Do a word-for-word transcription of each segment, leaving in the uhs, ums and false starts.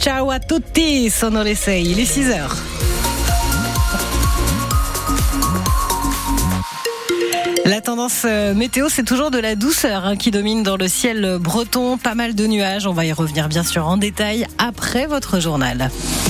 Ciao a tutti, sono le sei, il est six heures. La tendance météo, c'est toujours de la douceur hein, qui domine dans le ciel breton. Pas mal de nuages. On va y revenir bien sûr en détail après votre journal.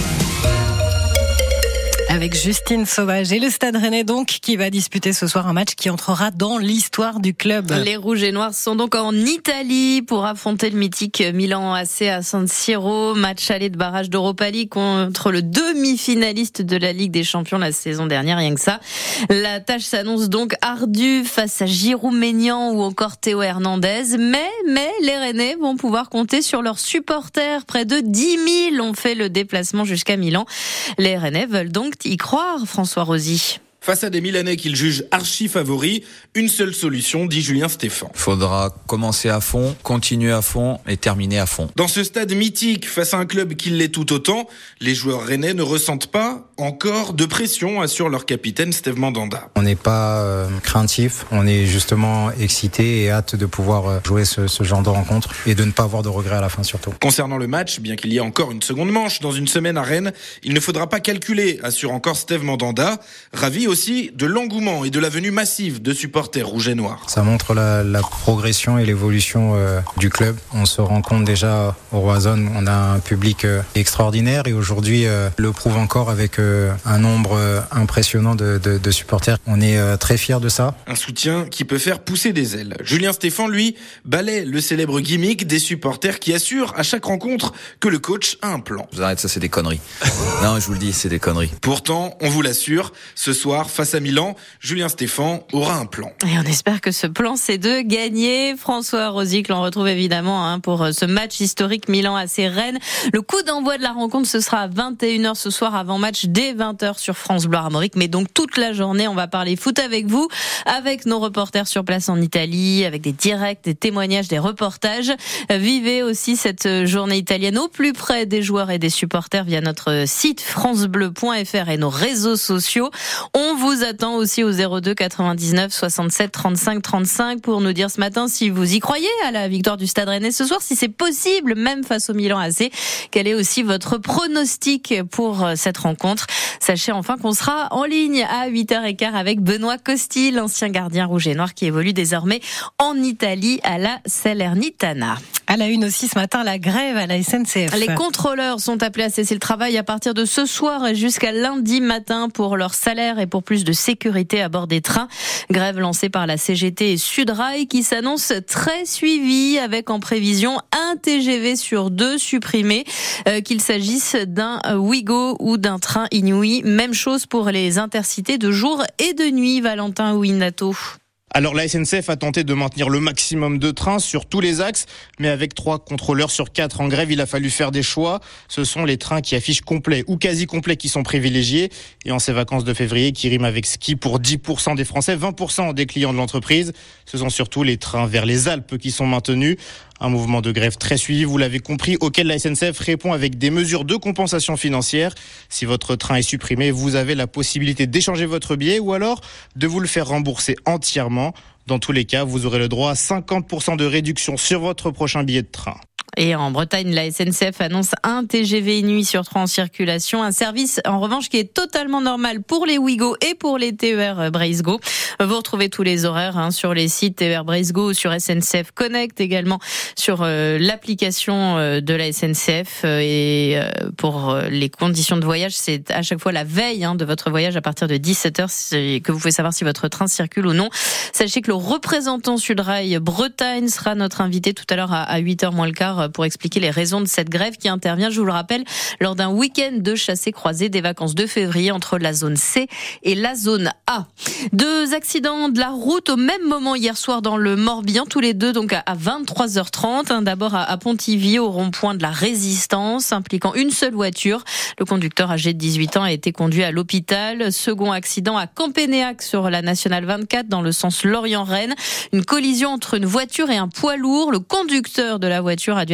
Avec Justine Sauvage et le Stade Rennais donc qui va disputer ce soir un match qui entrera dans l'histoire du club. Les Rouges et Noirs sont donc en Italie pour affronter le mythique Milan A C à San Siro. Match aller de barrage d'Europa League contre le demi-finaliste de la Ligue des Champions la saison dernière, rien que ça. La tâche s'annonce donc ardue face à Giroud, Maignan ou encore Théo Hernandez. Mais, mais les Rennais vont pouvoir compter sur leurs supporters. Près de dix mille ont fait le déplacement jusqu'à Milan. Les Rennais veulent donc y croire, François Rosy. Face à des Milanais qu'ils jugent archi favoris, une seule solution, dit Julien Stéphan. Il faudra commencer à fond, continuer à fond et terminer à fond. Dans ce stade mythique, face à un club qui l'est tout autant, les joueurs rennais ne ressentent pas encore de pression, assure leur capitaine Steve Mandanda. On n'est pas euh, craintif, on est justement excité et hâte de pouvoir jouer ce, ce genre de rencontre et de ne pas avoir de regrets à la fin surtout. Concernant le match, bien qu'il y ait encore une seconde manche dans une semaine à Rennes, il ne faudra pas calculer, assure encore Steve Mandanda, ravi aussi de l'engouement et de la venue massive de supporters rouges et noirs. Ça montre la, la progression et l'évolution euh, du club. On se rend compte déjà au Roazhon, on a un public euh, extraordinaire et aujourd'hui euh, le prouve encore avec euh, un nombre euh, impressionnant de, de, de supporters. On est euh, très fiers de ça. Un soutien qui peut faire pousser des ailes. Julien Stéphan, lui, balaie le célèbre gimmick des supporters qui assurent à chaque rencontre que le coach a un plan. Vous arrêtez, ça c'est des conneries. Non, je vous le dis, c'est des conneries. Pourtant, on vous l'assure, ce soir, face à Milan, Julien Stéphan aura un plan. Et on espère que ce plan, c'est de gagner. François Rosy, que l'on retrouve évidemment hein, pour ce match historique Milan A C Rennes. Le coup d'envoi de la rencontre, ce sera à vingt et une heures ce soir, avant match dès vingt heures sur France Bleu Armorique. Mais donc toute la journée, on va parler foot avec vous, avec nos reporters sur place en Italie, avec des directs, des témoignages, des reportages. Vivez aussi cette journée italienne au plus près des joueurs et des supporters via notre site francebleu point fr et nos réseaux sociaux. On vous attend aussi au zéro deux quatre-vingt-dix-neuf soixante-sept trente-cinq trente-cinq pour nous dire ce matin si vous y croyez à la victoire du Stade Rennais ce soir, si c'est possible même face au Milan A C. Quel est aussi votre pronostic pour cette rencontre? Sachez enfin qu'on sera en ligne à huit heures quinze avec Benoît Costi, l'ancien gardien rouge et noir qui évolue désormais en Italie à la Salernitana. À la une aussi ce matin, la grève à la S N C F. Les contrôleurs sont appelés à cesser le travail à partir de ce soir et jusqu'à lundi matin pour leur salaire et pour plus de sécurité à bord des trains. Grève lancée par la C G T et Sudrail qui s'annonce très suivie avec en prévision un T G V sur deux supprimé, euh, qu'il s'agisse d'un Ouigo ou d'un train Inouï. Même chose pour les intercités de jour et de nuit, Valentin Ouinato. Alors la S N C F a tenté de maintenir le maximum de trains sur tous les axes, mais avec trois contrôleurs sur quatre en grève, il a fallu faire des choix. Ce sont les trains qui affichent complet ou quasi complet qui sont privilégiés. Et en ces vacances de février qui riment avec ski pour dix pour cent des Français, vingt pour cent des clients de l'entreprise, ce sont surtout les trains vers les Alpes qui sont maintenus. Un mouvement de grève très suivi, vous l'avez compris, auquel la S N C F répond avec des mesures de compensation financière. Si votre train est supprimé, vous avez la possibilité d'échanger votre billet ou alors de vous le faire rembourser entièrement. Dans tous les cas, vous aurez le droit à cinquante pour cent de réduction sur votre prochain billet de train. Et en Bretagne, la S N C F annonce un T G V nuit sur trois en circulation. Un service, en revanche, qui est totalement normal pour les Ouigo et pour les T E R Breizego. Vous retrouvez tous les horaires hein, sur les sites T E R Breizego ou sur S N C F Connect, également sur euh, l'application euh, de la S N C F. Euh, et euh, pour euh, les conditions de voyage, c'est à chaque fois la veille hein, de votre voyage à partir de dix-sept heures que vous pouvez savoir si votre train circule ou non. Sachez que le représentant Sudrail Bretagne sera notre invité tout à l'heure à, à huit heures moins le quart pour expliquer les raisons de cette grève qui intervient, je vous le rappelle, lors d'un week-end de chassé-croisé des vacances de février entre la zone C et la zone A. Deux accidents de la route au même moment hier soir dans le Morbihan, tous les deux donc à vingt-trois heures trente. D'abord à Pontivy, au rond-point de la Résistance, impliquant une seule voiture. Le conducteur âgé de dix-huit ans a été conduit à l'hôpital. Second accident à Campénéac sur la nationale vingt-quatre dans le sens Lorient-Rennes. Une collision entre une voiture et un poids lourd. Le conducteur de la voiture a dû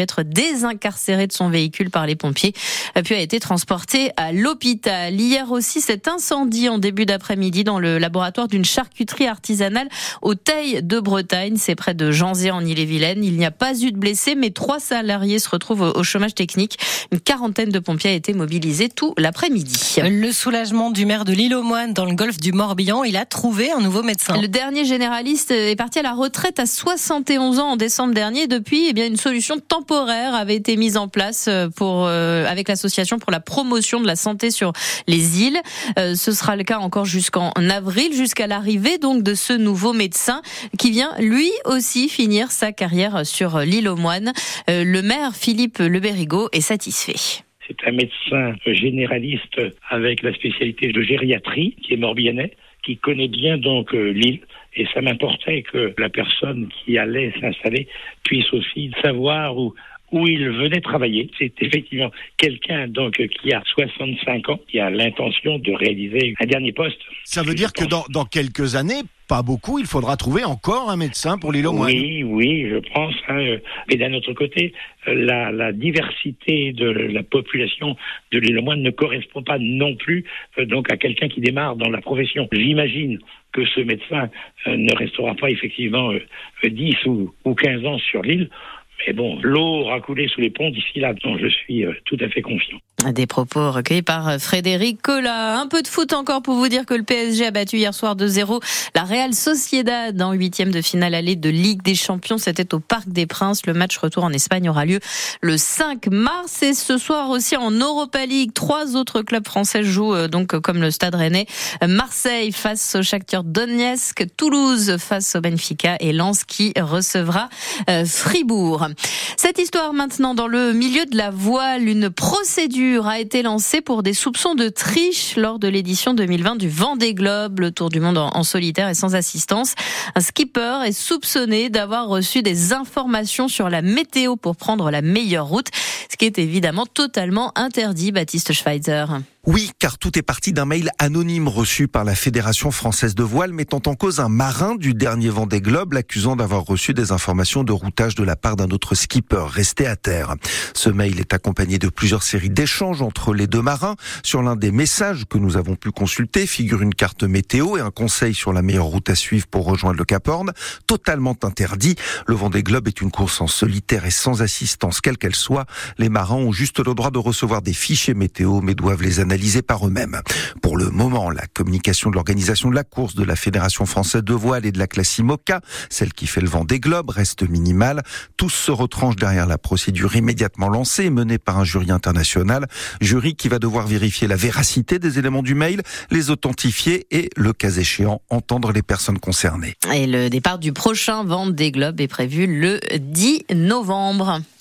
être désincarcéré de son véhicule par les pompiers, puis a été transporté à l'hôpital. Hier aussi, cet incendie en début d'après-midi dans le laboratoire d'une charcuterie artisanale au Teil de Bretagne. C'est près de Janzé en Ille-et-Vilaine. Il n'y a pas eu de blessés, mais trois salariés se retrouvent au chômage technique. Une quarantaine de pompiers a été mobilisés tout l'après-midi. Le soulagement du maire de l'Île-aux-Moines dans le golfe du Morbihan, il a trouvé un nouveau médecin. Le dernier généraliste est parti à la retraite à soixante et onze ans en décembre dernier. Depuis, eh bien, une solution temporaire avait été mise en place pour, euh, avec l'association pour la promotion de la santé sur les îles. Euh, ce sera le cas encore jusqu'en avril, jusqu'à l'arrivée donc de ce nouveau médecin qui vient lui aussi finir sa carrière sur l'Île-aux-Moines. Euh, le maire Philippe Lebérigot est satisfait. C'est un médecin généraliste avec la spécialité de gériatrie qui est morbihanais, qui connaît bien donc euh, l'île. Et ça m'importait que la personne qui allait s'installer puisse aussi savoir où où il venait travailler. C'est effectivement quelqu'un donc qui a soixante-cinq ans, qui a l'intention de réaliser un dernier poste. Ça veut dire que dans, dans quelques années, pas beaucoup, il faudra trouver encore un médecin pour l'Île-aux-Moines. Oui, oui, je pense. Hein. Et d'un autre côté, la, la diversité de la population de l'Île-aux-Moines ne correspond pas non plus euh, donc à quelqu'un qui démarre dans la profession. J'imagine que ce médecin euh, ne restera pas effectivement euh, dix ou, ou quinze ans sur l'île. Mais bon, l'eau aura coulé sous les ponts d'ici là, donc je suis euh, tout à fait confiant. Des propos recueillis par Frédéric Collat. Un peu de foot encore pour vous dire que le P S G a battu hier soir deux zéro la Real Sociedad en huitième de finale allée de Ligue des Champions. C'était au Parc des Princes. Le match retour en Espagne aura lieu le cinq mars. Et ce soir aussi en Europa League, trois autres clubs français jouent donc comme le Stade Rennais. Marseille face au Shakhtar Donetsk, Toulouse face au Benfica et Lens qui recevra Fribourg. Cette histoire maintenant dans le milieu de la voile, une procédure a été lancée pour des soupçons de triche lors de l'édition deux mille vingt du Vendée Globe, le tour du monde en solitaire et sans assistance. Un skipper est soupçonné d'avoir reçu des informations sur la météo pour prendre la meilleure route, ce qui est évidemment totalement interdit, Baptiste Schweitzer. Oui, car tout est parti d'un mail anonyme reçu par la Fédération française de voile mettant en cause un marin du dernier Vendée Globe, l'accusant d'avoir reçu des informations de routage de la part d'un autre skipper resté à terre. Ce mail est accompagné de plusieurs séries d'échanges entre les deux marins. Sur l'un des messages que nous avons pu consulter figure une carte météo et un conseil sur la meilleure route à suivre pour rejoindre le Cap Horn, totalement interdit. Le Vendée Globe est une course en solitaire et sans assistance, quelle qu'elle soit. Les marins ont juste le droit de recevoir des fichiers météo, mais doivent les analyser analysés par eux-mêmes. Pour le moment, la communication de l'organisation de la course, de la Fédération française de voile et de la classe IMOCA, celle qui fait le Vendée Globe, reste minimale. Tous se retranchent derrière la procédure immédiatement lancée, menée par un jury international. Jury qui va devoir vérifier la véracité des éléments du mail, les authentifier et, le cas échéant, entendre les personnes concernées. Et le départ du prochain Vendée Globe est prévu le dix novembre.